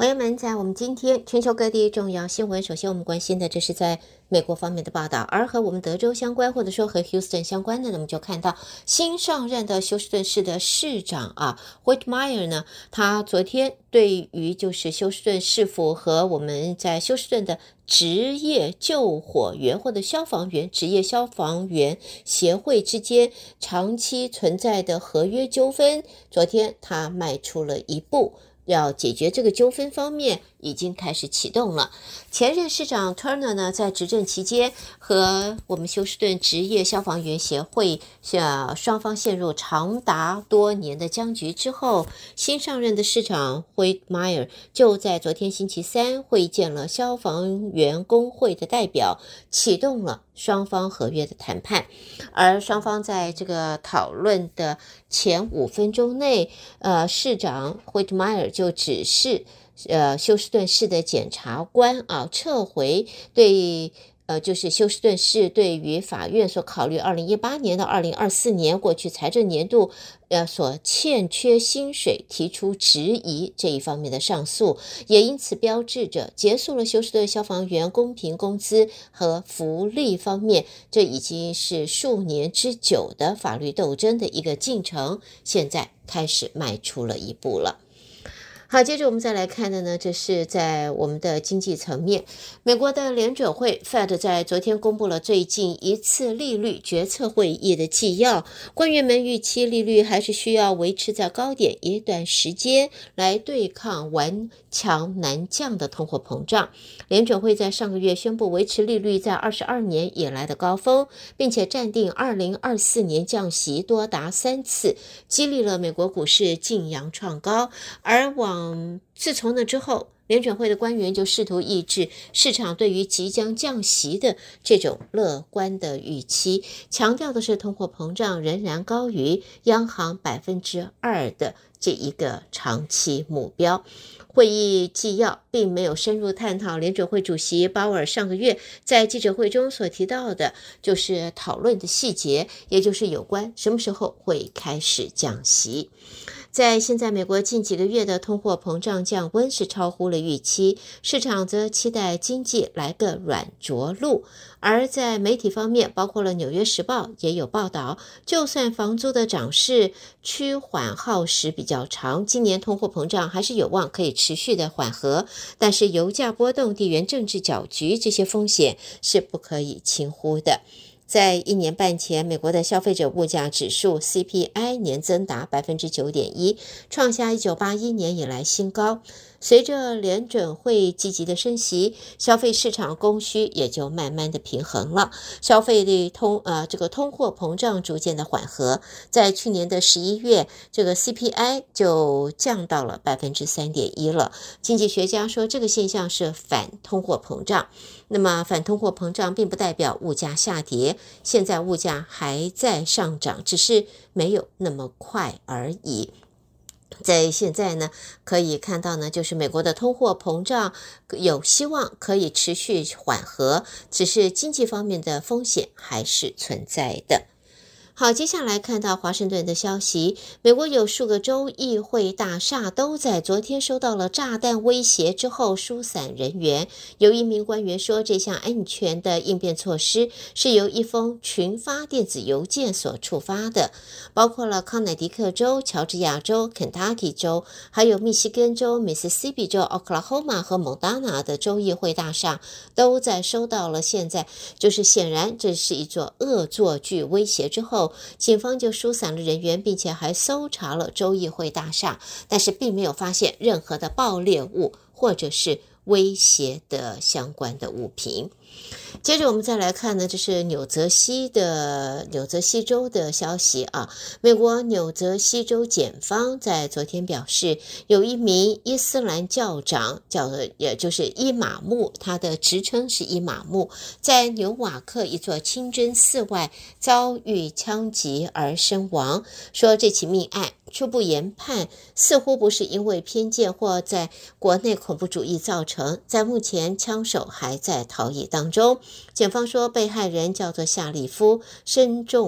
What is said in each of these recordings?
朋友们，在我们今天全球各地重要新闻，首先我们关心的这是在美国方面的报道，而和我们德州相关，或者说和 Houston 相关的，那么就看到新上任的休斯顿市的市长Whitmire 呢，他昨天对于就是休斯顿市府和我们在休斯顿的职业救火员或者消防员职业消防员协会之间长期存在的合约纠纷，昨天他迈出了一步。要解决这个纠纷方面已经开始启动了。前任市长 Turner 呢，在执政期间和我们休斯顿职业消防员协会双方陷入长达多年的僵局之后，新上任的市长 Whitmire 就在昨天星期三会见了消防员工会的代表，启动了双方合约的谈判。而双方在这个讨论的前5分钟内，市长 Whitmire 就指示休斯顿市的检察官撤回对就是休斯顿市对于法院所考虑2018年到2024年过去财政年度所欠缺薪水提出质疑这一方面的上诉，也因此标志着结束了休斯顿消防员公平工资和福利方面这已经是数年之久的法律斗争的一个进程，现在开始迈出了一步了。好，接着我们再来看的呢，这是在我们的经济层面，美国的联准会 Fed 在昨天公布了最近一次利率决策会议的纪要，官员们预期利率还是需要维持在高点一段时间，来对抗顽强难降的通货膨胀。联准会在上个月宣布维持利率在22年以来的高峰，并且暂定2024年降息多达3次，激励了美国股市晋阳创高。而自从那之后，联准会的官员就试图抑制市场对于即将降息的这种乐观的预期，强调的是通货膨胀仍然高于央行2%的这一个长期目标。会议纪要并没有深入探讨联准会主席鲍尔上个月在记者会中所提到的就是讨论的细节，也就是有关什么时候会开始降息。在现在美国近几个月的通货膨胀降温是超乎了预期，市场则期待经济来个软着陆。而在媒体方面，包括了纽约时报也有报道，就算房租的涨势趋缓耗时比较长，今年通货膨胀还是有望可以持续的缓和，但是油价波动、地缘政治搅局这些风险是不可以轻忽的。在1年半前，美国的消费者物价指数 CPI 年增达 9.1%， 创下1981年以来新高。随着联准会积极的升息，消费市场供需也就慢慢的平衡了，消费的通货膨胀逐渐的缓和。在去年的11月，这个 CPI 就降到了 3.1% 了。经济学家说这个现象是反通货膨胀。那么反通货膨胀并不代表物价下跌，现在物价还在上涨，只是没有那么快而已。在现在呢，可以看到呢，就是美国的通货膨胀有希望可以持续缓和，只是经济方面的风险还是存在的。好，接下来看到华盛顿的消息，美国有数个州议会大厦都在昨天收到了炸弹威胁之后疏散人员。有一名官员说，这项安全的应变措施是由一封群发电子邮件所触发的，包括了康乃狄克州、乔治亚州、肯塔基州，还有密西根州、密西西比州、奥克拉荷马和蒙大拿的州议会大厦都在收到了现在就是显然这是一座恶作剧威胁之后，警方就疏散了人员，并且还搜查了州议会大厦，但是并没有发现任何的爆裂物或者是威胁的相关的物品。接着我们再来看呢，这是纽泽西州的消息美国纽泽西州检方在昨天表示，有一名伊斯兰教长也就是伊玛目，他的职称是伊玛目，在纽瓦克一座清真寺外遭遇枪击而身亡，说这起命案初步研判似乎不是因为偏见或在国内恐怖主义造成，在目前枪手还在逃逸当中。检方说被害人叫做夏利夫，身中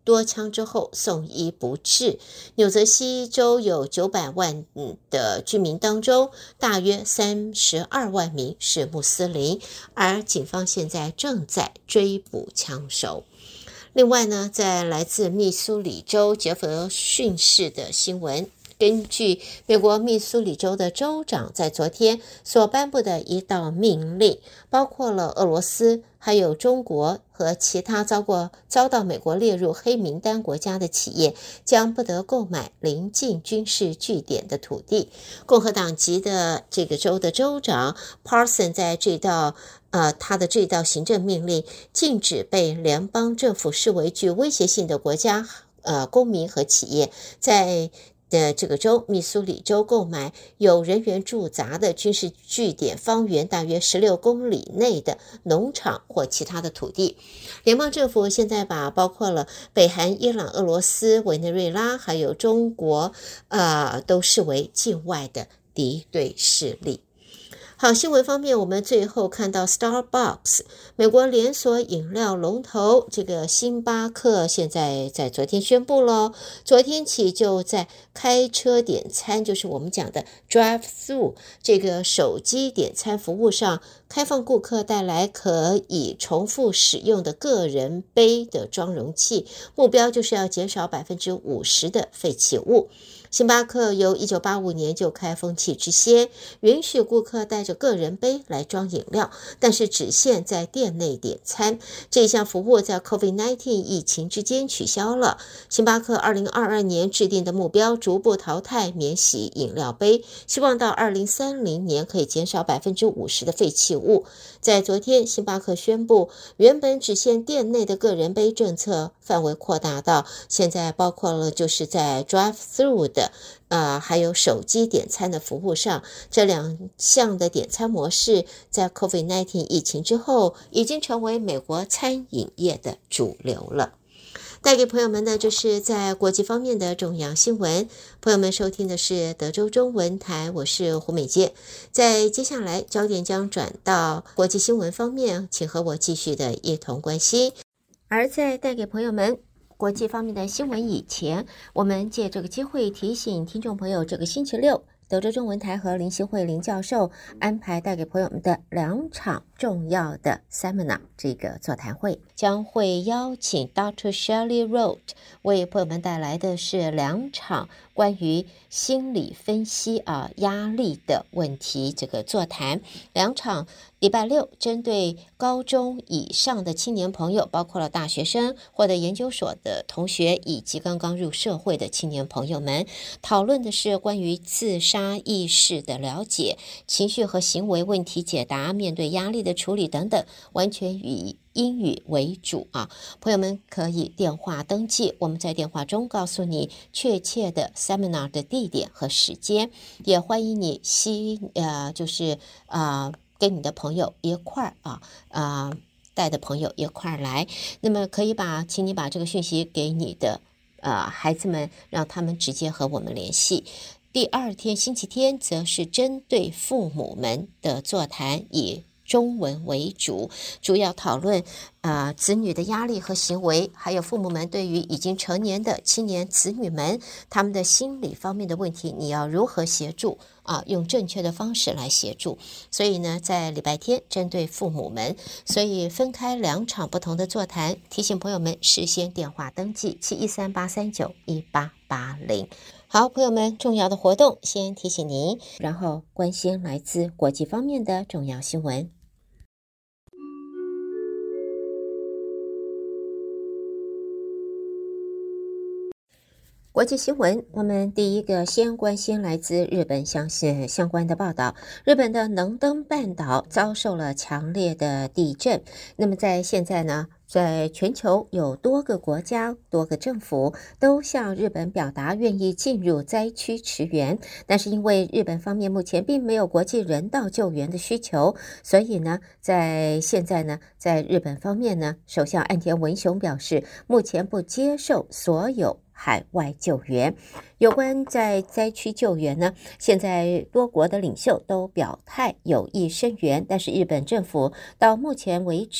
多枪之后送医不治。纽泽西州有900万的居民当中，大约32万名是穆斯林，而警方现在正在追捕枪手。另外呢，在来自密苏里州杰弗逊市的新闻，根据美国密苏里州的州长在昨天所颁布的一道命令，包括了俄罗斯、还有中国和其他遭到美国列入黑名单国家的企业将不得购买邻近军事据点的土地。共和党籍的这个州的州长 Parson 在他的这道行政命令禁止被联邦政府视为具威胁性的国家公民和企业在这个州密苏里州购买有人员驻扎的军事据点方圆大约16公里内的农场或其他的土地。联邦政府现在把包括了北韩、伊朗、俄罗斯、委内瑞拉还有中国都视为境外的敌对势力。好，新闻方面，我们最后看到 Starbucks 美国连锁饮料龙头这个星巴克现在在昨天宣布了，昨天起就在开车点餐，就是我们讲的 drive-thru 这个手机点餐服务上开放顾客带来可以重复使用的个人杯的装容器，目标就是要减少 50% 的废弃物。星巴克由1985年就开风气之先，允许顾客带着个人杯来装饮料，但是只限在店内点餐。这项服务在 COVID-19 疫情之间取消了。星巴克2022年制定的目标逐步淘汰免洗饮料杯，希望到2030年可以减少 50% 的废弃物。在昨天，星巴克宣布，原本只限店内的个人杯政策范围扩大到现在包括了就是在 drive-thru 的还有手机点餐的服务上，这两项的点餐模式在 COVID-19 疫情之后已经成为美国餐饮业的主流了。带给朋友们的就是在国际方面的重要新闻。朋友们收听的是德州中文台，我是胡美洁。在接下来焦点将转到国际新闻方面，请和我继续的一同关心。而在带给朋友们国际方面的新闻以前，我们借这个机会提醒听众朋友，这个星期六德州中文台和林希慧林教授安排带给朋友们的2场重要的 seminar 这个座谈会，将会邀请 Dr. Shelley Roth 为朋友们带来的是2场关于心理分析压力的问题这个座谈。2场礼拜六针对高中以上的青年朋友，包括了大学生或者研究所的同学以及刚刚入社会的青年朋友们，讨论的是关于自杀意识的了解、情绪和行为问题解答、面对压力的处理等等，完全以英语为主朋友们可以电话登记，我们在电话中告诉你确切的 seminar 的地点和时间，也欢迎你跟你的朋友一块带的朋友一块来。那么请你把这个讯息给你的孩子们，让他们直接和我们联系。第二天星期天则是针对父母们的座谈，以中文为主，主要讨论子女的压力和行为，还有父母们对于已经成年的青年子女们他们的心理方面的问题，你要如何协助用正确的方式来协助。所以呢，在礼拜天针对父母们，所以分开2场不同的座谈，提醒朋友们事先电话登记713-839-1880。好，朋友们，重要的活动先提醒您，然后关心来自国际方面的重要新闻。国际新闻，我们第一个先关心来自日本相关的报道。日本的能登半岛遭受了强烈的地震，那么在现在呢，在全球有多个国家、多个政府都向日本表达愿意进入灾区驰援，但是因为日本方面目前并没有国际人道救援的需求，所以呢，现在呢，在日本方面呢，首相岸田文雄表示，目前不接受所有海外救援。有关在灾区救援呢，现在多国的领袖都表态有意声援，但是日本政府到目前为止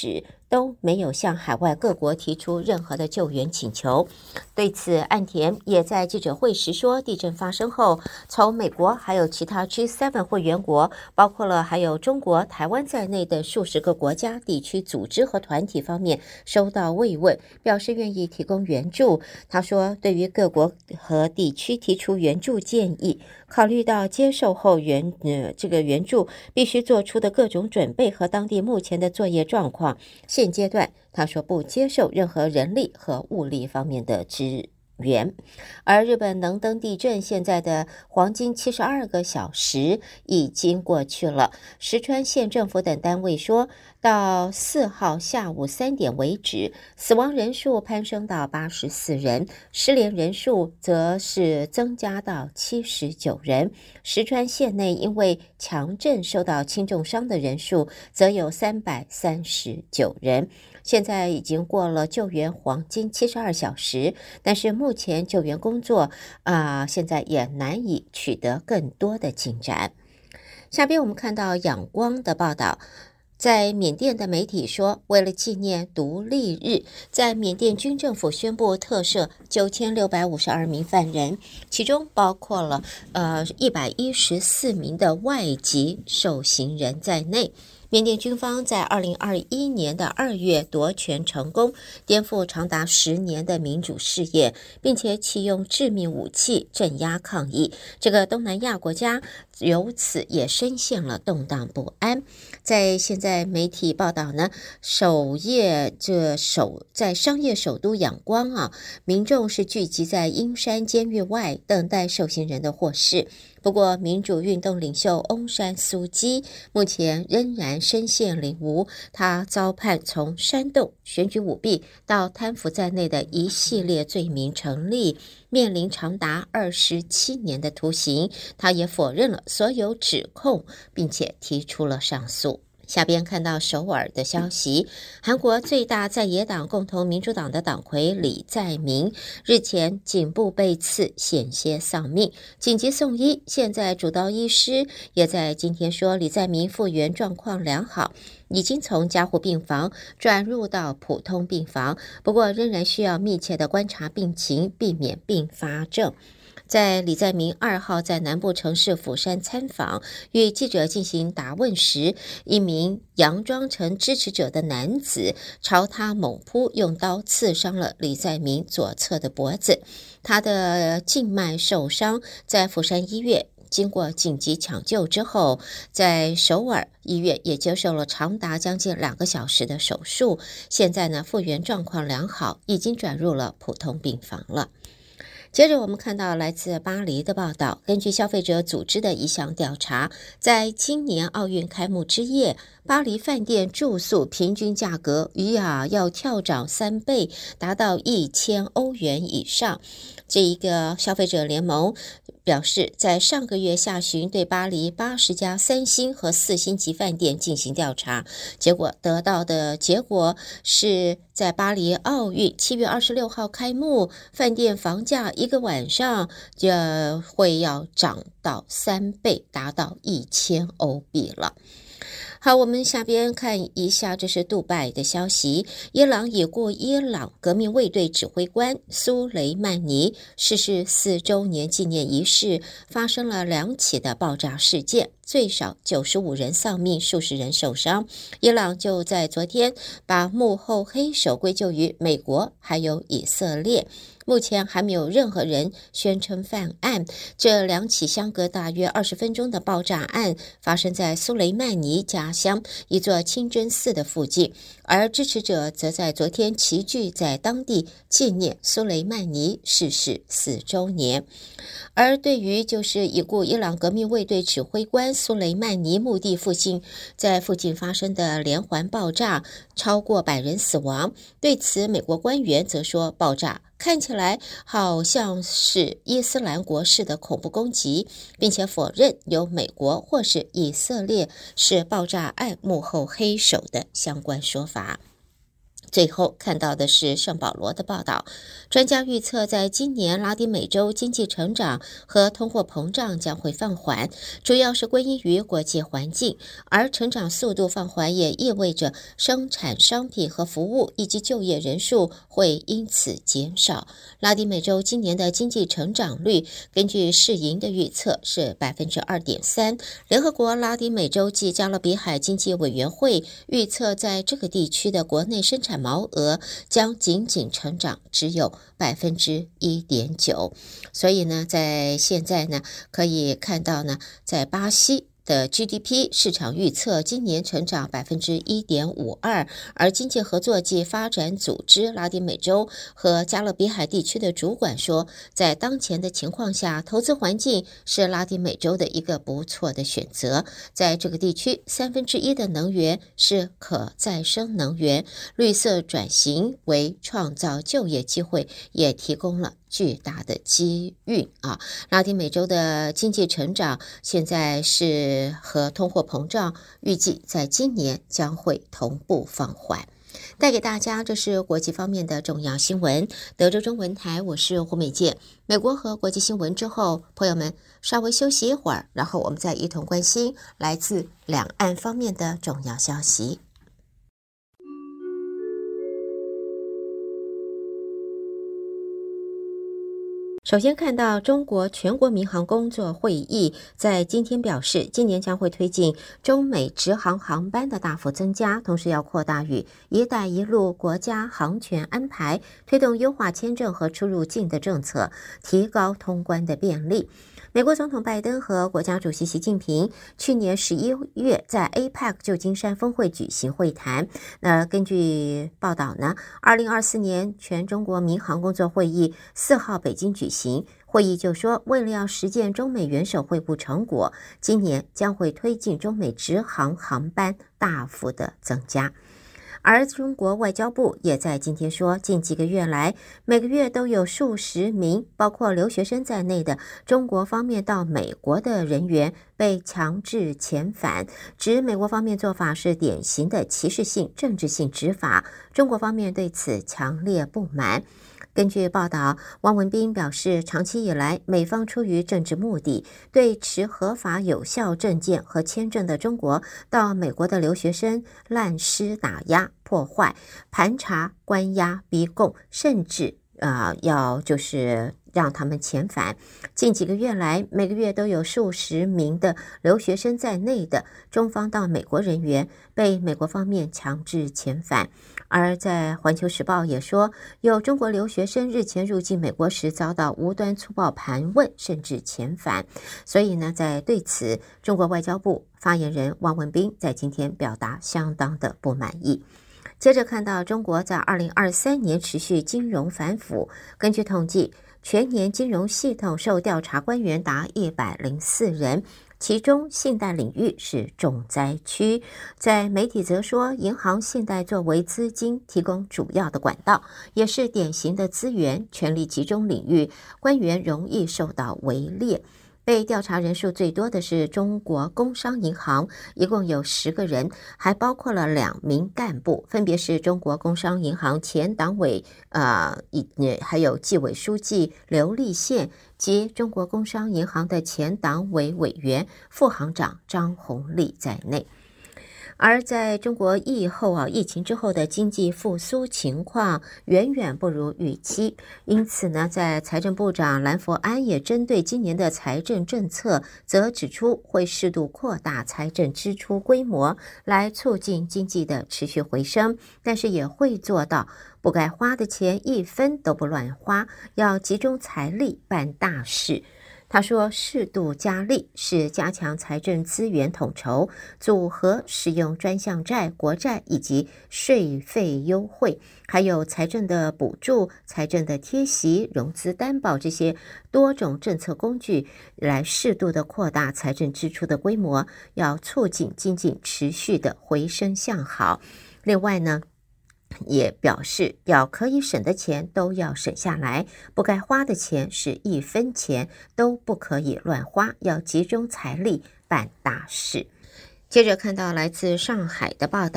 都没有向海外各国提出任何的救援请求。对此，岸田也在记者会时说，地震发生后，从美国还有其他 G7 会员国，包括了还有中国、台湾在内的数十个国家、地区组织和团体方面收到慰问，表示愿意提供援助。他说，对于各国和地区提出援助建议，考虑到接受后这个援助必须做出的各种准备和当地目前的作业状况，现阶段他说不接受任何人力和物力方面的支援。而日本能登地震现在的黄金72个小时已经过去了，石川县政府等单位说，到4号下午3点为止，死亡人数攀升到84人，失联人数则是增加到79人。石川县内因为强震受到轻重伤的人数则有339人。现在已经过了救援黄金72小时，但是目前救援工作现在也难以取得更多的进展。下边我们看到仰光的报道，在缅甸的媒体说，为了纪念独立日，在缅甸军政府宣布特赦9652名犯人，其中包括了114名的外籍受刑人在内。缅甸军方在2021年的2月夺权成功，颠覆长达10年的民主事业，并且启用致命武器镇压抗议。这个东南亚国家由此也深陷了动荡不安。在现在媒体报道呢，在商业首都仰光民众是聚集在阴山监狱外等待受刑人的获释。不过，民主运动领袖翁山苏姬目前仍然身陷囹圄，他遭判从煽动、选举舞弊到贪腐在内的一系列罪名成立，面临长达27年的徒刑。他也否认了所有指控，并且提出了上诉。下边看到首尔的消息，韩国最大在野党共同民主党的党魁李在明日前颈部被刺，险些丧命，紧急送医。现在主刀医师也在今天说，李在明复原状况良好，已经从加护病房转入到普通病房，不过仍然需要密切的观察病情，避免并发症。在李在明2号在南部城市釜山参访，与记者进行答问时，一名佯装成支持者的男子朝他猛扑，用刀刺伤了李在明左侧的脖子，他的静脉受伤，在釜山医院经过紧急抢救之后，在首尔医院也接受了长达将近2个小时的手术，现在呢复原状况良好，已经转入了普通病房了。接着我们看到来自巴黎的报道，根据消费者组织的一项调查，在今年奥运开幕之夜，巴黎饭店住宿平均价格要跳涨3倍，达到1000欧元以上。这一个消费者联盟表示，在上个月下旬对巴黎80家3星和4星级饭店进行调查，结果得到的结果是在巴黎奥运7月26号开幕，饭店房价一个晚上就会要涨到3倍，达到1000欧币了。好，我们下边看一下，这是杜拜的消息。伊朗已故伊朗革命卫队指挥官苏雷曼尼逝世4周年纪念仪式发生了2起的爆炸事件，最少95人丧命，数十人受伤。伊朗就在昨天把幕后黑手归咎于美国还有以色列。目前还没有任何人宣称犯案。这2起相隔大约20分钟的爆炸案发生在苏雷曼尼家乡一座清真寺的附近，而支持者则在昨天齐聚在当地纪念苏雷曼尼逝世4周年。而对于就是已故伊朗革命卫队指挥官苏雷曼尼墓地附近发生的连环爆炸，超过100人死亡，对此美国官员则说，爆炸看起来好像是伊斯兰国式的恐怖攻击，并且否认有美国或是以色列是爆炸案幕后黑手的相关说法。 最后看到的是圣保罗的报道，专家预测在今年拉丁美洲经济成长和通货膨胀将会放缓，主要是归因于国际环境，而成长速度放缓也意味着生产商品和服务以及就业人数会因此减少。拉丁美洲今年的经济成长率根据世银的预测是 2.3%， 联合国拉丁美洲暨加勒比海经济委员会预测在这个地区的国内生产毛额将仅仅成长只有 1.9%。 所以呢，在现在呢，可以看到呢，在巴西的 GDP 市场预测今年成长 1.52%， 而经济合作暨发展组织拉丁美洲和加勒比海地区的主管说，在当前的情况下，投资环境是拉丁美洲的一个不错的选择。在这个地区1/3的能源是可再生能源，绿色转型为创造就业机会，也提供了巨大的机遇啊！拉丁美洲的经济成长现在是和通货膨胀预计在今年将会同步放缓。带给大家这是国际方面的重要新闻。德州中文台，我是胡美健。美国和国际新闻之后，朋友们稍微休息一会儿，然后我们再一同关心来自两岸方面的重要消息。首先看到中国全国民航工作会议在今天表示，今年将会推进中美直航航班的大幅增加，同时要扩大与一带一路国家航权安排，推动优化签证和出入境的政策，提高通关的便利。美国总统拜登和国家主席习近平去年11月在 APEC 旧金山峰会举行会谈。根据报道呢，2024年全中国民航工作会议4号北京举行。会议就说，为了要实践中美元首会晤成果，今年将会推进中美直航航班大幅的增加。而中国外交部也在今天说，近几个月来，每个月都有数十名包括留学生在内的中国方面到美国的人员被强制遣返，指美国方面做法是典型的歧视性、政治性执法，中国方面对此强烈不满。根据报道，汪文斌表示，长期以来，美方出于政治目的，对持合法有效证件和签证的中国到美国的留学生滥施打压、破坏、盘查、关押、逼供，甚至要让他们遣返。近几个月来，每个月都有数十名的留学生在内的中方到美国人员被美国方面强制遣返。而在环球时报也说，有中国留学生日前入境美国时遭到无端粗暴盘问，甚至遣返。所以呢，在对此，中国外交部发言人汪文斌在今天表达相当的不满意。接着看到中国在2023年持续金融反腐，根据统计，全年金融系统受调查官员达104人，其中信贷领域是重灾区。在媒体则说，银行信贷作为资金提供主要的管道，也是典型的资源权力集中领域，官员容易受到围猎。被调查人数最多的是中国工商银行，一共有10个人，还包括了2名干部，分别是中国工商银行前党委还有纪委书记刘立宪及中国工商银行的前党委委员、副行长张红利在内。而在中国疫情之后的经济复苏情况远远不如预期，因此呢，在财政部长蓝佛安也针对今年的财政政策，则指出会适度扩大财政支出规模，来促进经济的持续回升，但是也会做到不该花的钱1分都不乱花，要集中财力办大事。他说，适度加力是加强财政资源统筹、组合使用专项债、国债以及税费优惠，还有财政的补助、财政的贴息、融资担保这些多种政策工具，来适度的扩大财政支出的规模，要促进经济持续的回升向好。另外呢，也表示要可以省的钱都要省下来，不该花的钱是1分钱都不可以乱花，要集中财力办大事。接着看到来自上海的报道，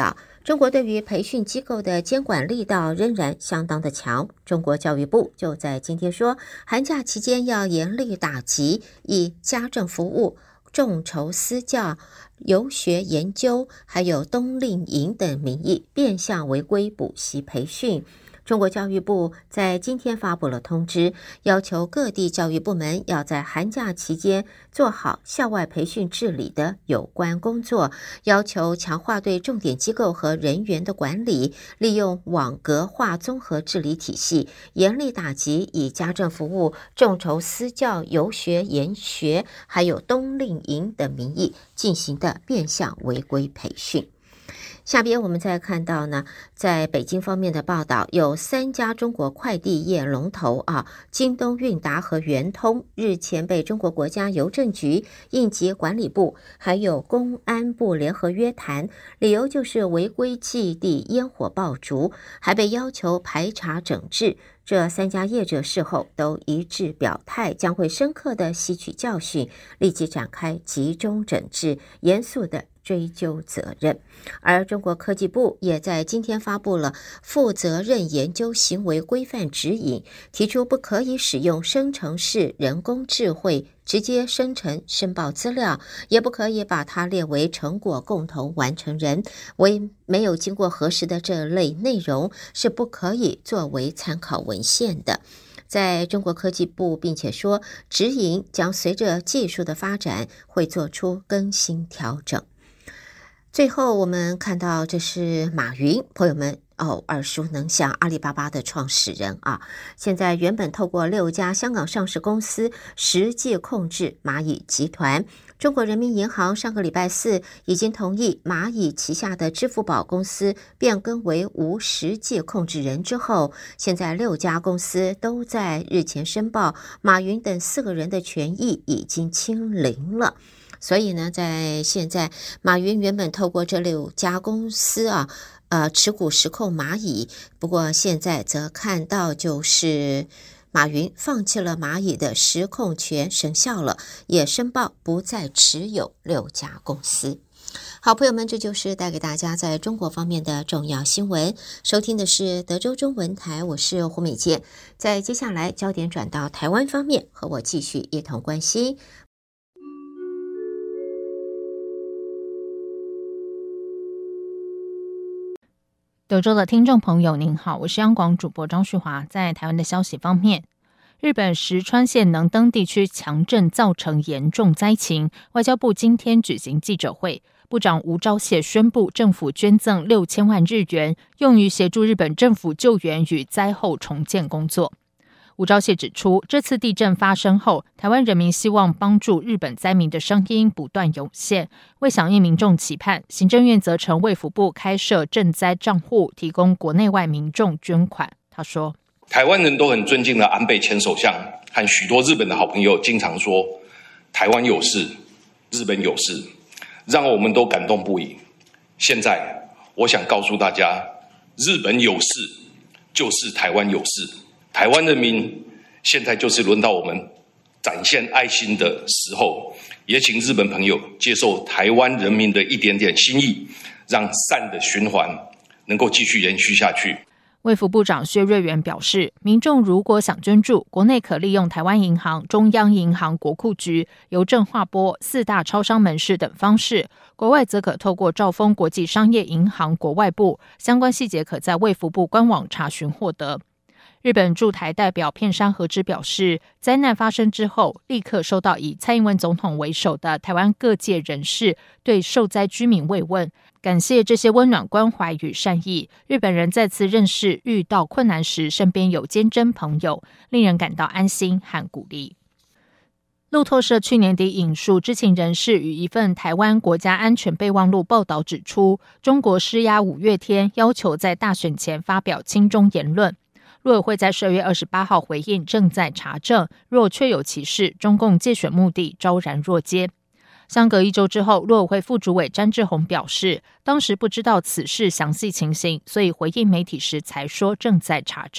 中国对于培训机构的监管力道仍然相当的强。中国教育部就在今天说，寒假期间要严厉打击以家政服务、众筹私教、游学研究还有冬令营等名义变相违规补习培训。中国教育部在今天发布了通知，要求各地教育部门要在寒假期间做好校外培训治理的有关工作，要求强化对重点机构和人员的管理，利用网格化综合治理体系，严厉打击以家政服务、众筹私教、游学研学还有冬令营等名义进行的变相违规培训。下边我们再看到呢，在北京方面的报道，有3家中国快递业龙头京东、韵达和圆通日前被中国国家邮政局、应急管理部还有公安部联合约谈，理由就是违规寄递烟火爆竹，还被要求排查整治。这3家业者事后都一致表态，将会深刻的吸取教训，立即展开集中整治，严肃的追究责任。而中国科技部也在今天发布了负责任研究行为规范指引，提出不可以使用生成式人工智慧直接生成申报资料，也不可以把它列为成果共同完成人，为没有经过核实的这类内容是不可以作为参考文献的。在中国科技部并且说，指引将随着技术的发展会做出更新调整。最后我们看到这是马云，朋友们耳熟能详，阿里巴巴的创始人现在原本透过6家香港上市公司实际控制蚂蚁集团。中国人民银行上个礼拜4已经同意蚂蚁旗下的支付宝公司变更为无实际控制人之后，现在6家公司都在日前申报，马云等4个人的权益已经清零了。所以呢，在现在马云原本透过这6家公司持股实控蚂蚁，不过现在则看到就是马云放弃了蚂蚁的实控权生效了，也申报不再持有6家公司。好，朋友们，这就是带给大家在中国方面的重要新闻。收听的是德州中文台，我是胡美健。在接下来焦点转到台湾方面，和我继续一同关心。 德州的听众朋友您好，我是央广主播张旭华。在台湾的消息方面，日本石川县能登地区强震造成严重灾情，外交部今天举行记者会，部长吴钊燮宣布政府捐赠6000万日元，用于协助日本政府救援与灾后重建工作。吴钊燮指出，这次地震发生后，台湾人民希望帮助日本灾民的声音不断涌现，为响应民众期盼，行政院责成卫福部开设赈灾账户，提供国内外民众捐款。他说， 台湾人都很尊敬的安倍前首相和许多日本的好朋友经常说，台湾有事，日本有事，让我们都感动不已。现在我想告诉大家，日本有事就是台湾有事，台湾人民现在就是轮到我们展现爱心的时候，也请日本朋友接受台湾人民的一点点心意，让善的循环能够继续延续下去。 卫福部长薛瑞元表示，民众如果想捐助，国内可利用台湾银行、中央银行、国库局、邮政划拨、4大超商门市等方式，国外则可透过兆丰国际商业银行国外部，相关细节可在卫福部官网查询获得。日本驻台代表片山和之表示，灾难发生之后，立刻收到以蔡英文总统为首的台湾各界人士对受灾居民慰问，感谢这些温暖关怀与善意。日本人再次认识遇到困难时身边有坚贞朋友，令人感到安心和鼓励。路透社去年底引述知情人士与一份台湾国家安全备忘录报道指出，中国施压五月天，要求在大选前发表亲中言论。陆委会在12月28号回应，正在查证，若确有其事，中共借选目的昭然若揭。相隔1周之后，陆委会副主委詹志宏表示，当时不知道此事详细情形，所以回应媒体时才说正在查证，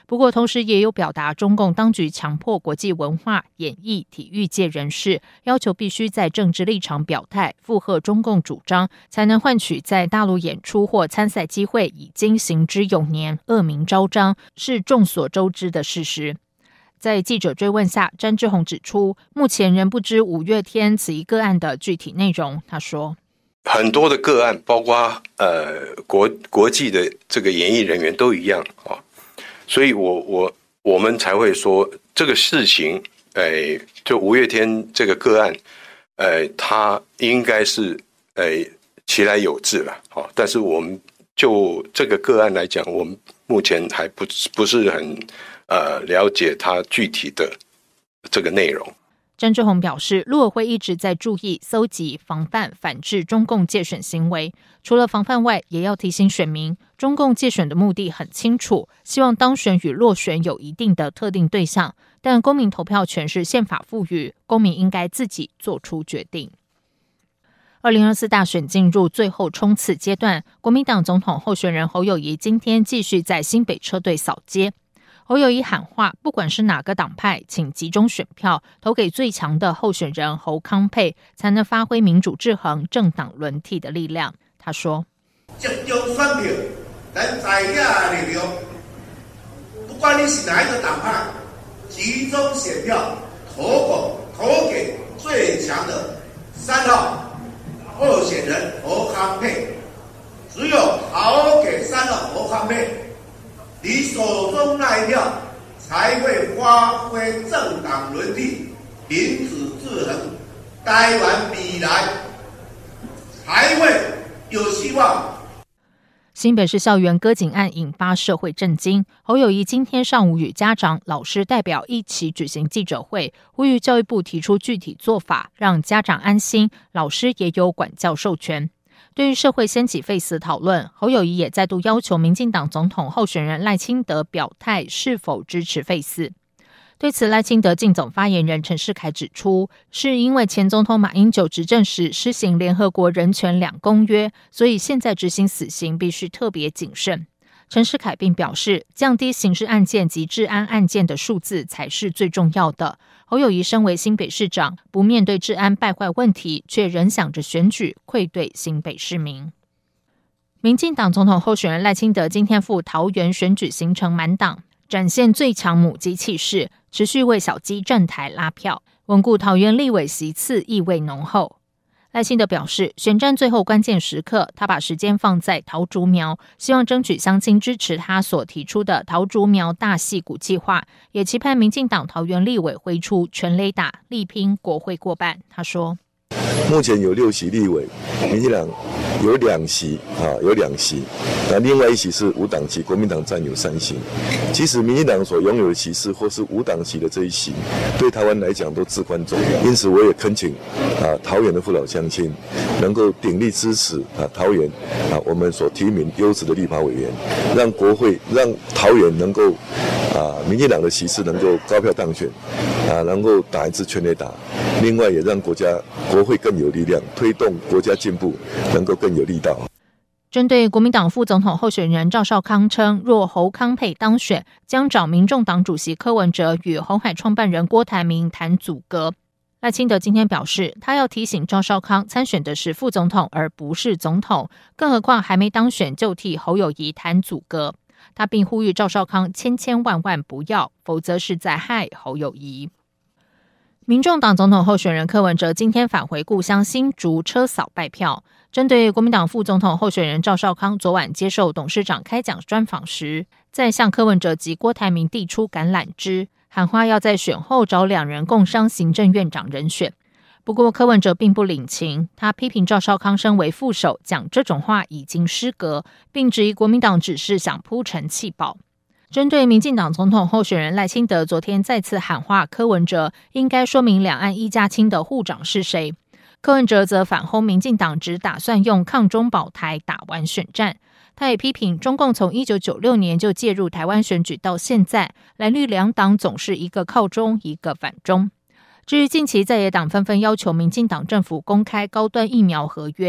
不过同时也有表达中共当局强迫国际文化、演艺、体育界人士要求必须在政治立场表态，附和中共主张，才能换取在大陆演出或参赛机会，已经行之有年，恶名昭彰，是众所周知的事实。在记者追问下，詹志宏指出，目前仍不知五月天此一个案的具体内容。他说， 很多的个案，包括国际的这个演艺人员都一样啊，所以我们才会说这个事情，就五月天这个个案，它应该是其来有自了啊，但是我们就这个个案来讲，我们目前还不是很了解它具体的这个内容。 詹志宏表示，陆委会一直在注意搜集、防范、反制中共介选行为。除了防范外，也要提醒选民，中共介选的目的很清楚，希望当选与落选有一定的特定对象，但公民投票权是宪法赋予，公民应该自己做出决定。2024大选进入最后冲刺阶段，国民党总统候选人侯友宜今天继续在新北车队扫街。侯友宜喊话，不管是哪个党派，请集中选票，投给最强的候选人侯康配，才能发挥民主制衡、政党轮替的力量。他说：“ 集中选票，咱在野的力量，不管你是哪一个党派，集中选票，投给最强的3号候选人侯康配，只有投给3号侯康配。”你手中那一票才会发挥政党轮替、民主制衡，台湾未来才会有希望。 新北市校园割颈案引发社会震惊，侯友宜今天上午与家长、老师代表一起举行记者会，呼吁教育部提出具体做法，让家长安心，老师也有管教授权。对于社会掀起废死讨论，侯友宜也再度要求民进党总统候选人赖清德表态是否支持废死。对此，赖清德竞总发言人陈世凯指出，是因为前总统马英九执政时施行联合国人权2公约，所以现在执行死刑必须特别谨慎。陈世凯并表示，降低刑事案件及治安案件的数字才是最重要的。侯友宜身为新北市长，不面对治安败坏问题，却仍想着选举，愧对新北市民。民进党总统候选人赖清德今天赴桃园选举行程满档，展现最强母鸡气势，持续为小鸡站台拉票，稳固桃园立委席次意味浓厚。赖清德表示，选战最后关键时刻，他把时间放在桃竹苗，希望争取乡亲支持他所提出的桃竹苗大戏谷计划，也期盼民进党桃园立委挥出全垒打，力拼国会过半。他说， 目前有6席立委，民进党有2席有2席，那另外1席是无党籍，国民党占有3席。其实民进党所拥有的席次或是无党籍的这一席，对台湾来讲都至关重要。因此，我也恳请桃园的父老乡亲能够鼎力支持桃园我们所提名优质的立法委员，让国会让桃园能够民进党的席次能够高票当选能够打一支全垒打。另外，也让国会更有力量，推动国家进步能够更有力道。 针对国民党副总统候选人赵少康称，若侯康配当选，将找民众党主席柯文哲与鸿海创办人郭台铭谈组阁。赖清德今天表示，他要提醒赵少康参选的是副总统，而不是总统，更何况还没当选就替侯友宜谈组阁。他并呼吁赵少康千万不要，否则是在害侯友宜。民众党总统候选人柯文哲今天返回故乡新竹车扫拜票。针对国民党副总统候选人赵少康昨晚接受董事长开讲专访时，再向柯文哲及郭台铭递出橄榄枝，喊话要在选后找2人共商行政院长人选。不过柯文哲并不领情，他批评赵少康身为副手讲这种话已经失格，并质疑国民党只是想铺陈气爆。针对民进党总统候选人赖清德昨天再次喊话柯文哲应该说明两岸一家亲的护长是谁，柯文哲则反轰民进党只打算用抗中保台打完选战。他也批评中共从1996年就介入台湾选举到现在，蓝绿两党总是一个靠中一个反中。至于近期在野党纷纷要求民进党政府公开高端疫苗合约，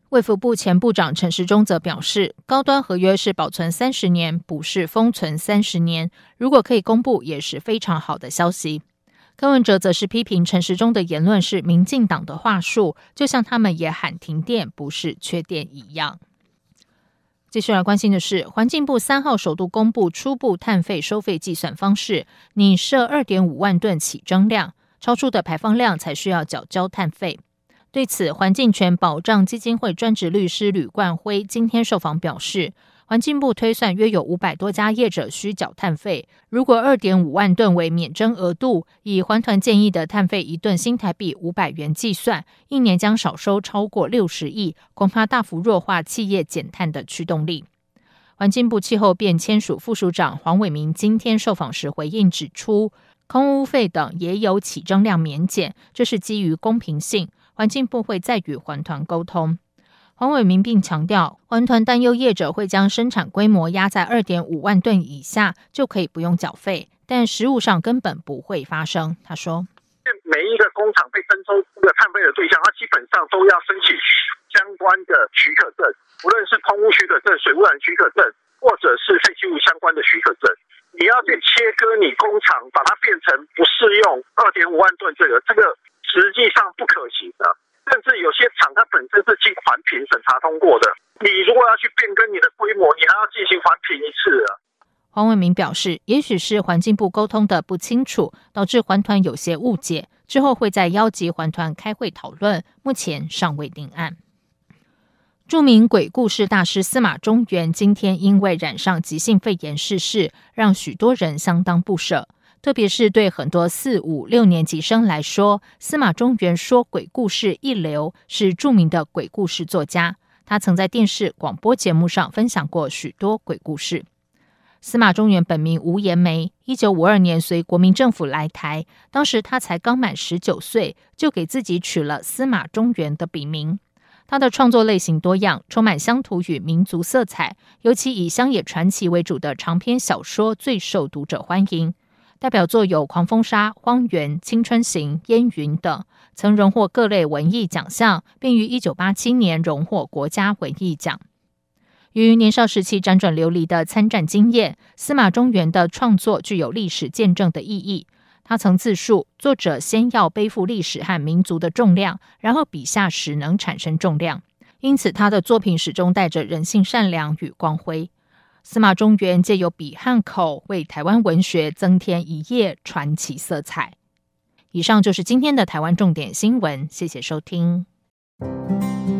卫福部前部长陈时中则表示，高端合约是保存30年，不是封存30年，如果可以公布也是非常好的消息。柯文哲则是批评陈时中的言论是民进党的话术，就像他们也喊停电不是缺电一样。继续来关心的是，环境部3号首度公布初步碳费收费计算方式，拟设 2.5 万吨起征量，超出的排放量才需要缴碳费。对此，环境权保障基金会专职律师吕冠辉今天受访表示，环境部推算约有500多家业者需缴碳费，如果 2.5 万吨为免征额度，以环团建议的碳费1吨新台币500元计算，一年将少收超过60亿，恐怕大幅弱化企业减碳的驱动力。环境部气候变迁署副署长黄伟明今天受访时回应指出，空污费等也有起征量免减，这是基于公平性，环境部会再与环团沟通。黄伟明并强调，环团担忧业者会将生产规模压在 2.5 万吨以下就可以不用缴费，但实务上根本不会发生。他说， 每一个工厂被征收这个碳费的对象，它基本上都要申请相关的许可证，无论是空污许可证、水污染许可证，或者是废弃物相关的许可证。你要去切割你工厂，把它变成不适用 2.5 万吨这个实际上不可行的。甚至有些厂它本身是经环评审查通过的，你如果要去变更你的规模，你还要进行环评一次啊。 黄伟明表示，也许是环境部沟通的不清楚，导致环团有些误解，之后会再邀集环团开会讨论，目前尚未定案。著名鬼故事大师司马中原今天因为染上急性肺炎逝世，让许多人相当不舍。特别是对很多4、5、6年级生来说，司马中原说鬼故事一流，是著名的鬼故事作家。他曾在电视、广播节目上分享过许多鬼故事。司马中原本名吴延梅，1952年随国民政府来台，当时他才刚满19岁，就给自己取了司马中原的笔名。他的创作类型多样，充满乡土与民族色彩，尤其以乡野传奇为主的长篇小说最受读者欢迎。代表作有《狂风沙》《荒原》《青春行》《烟云》等，曾荣获各类文艺奖项，并于1987年荣获国家文艺奖。由于年少时期辗转流离的参战经验，司马中原的创作具有历史见证的意义。他曾自述，作者先要背负历史和民族的重量，然后笔下时能产生重量，因此他的作品始终带着人性善良与光辉。司马中原借由笔和口为台湾文学增添一页传奇色彩。以上就是今天的台湾重点新闻，谢谢收听。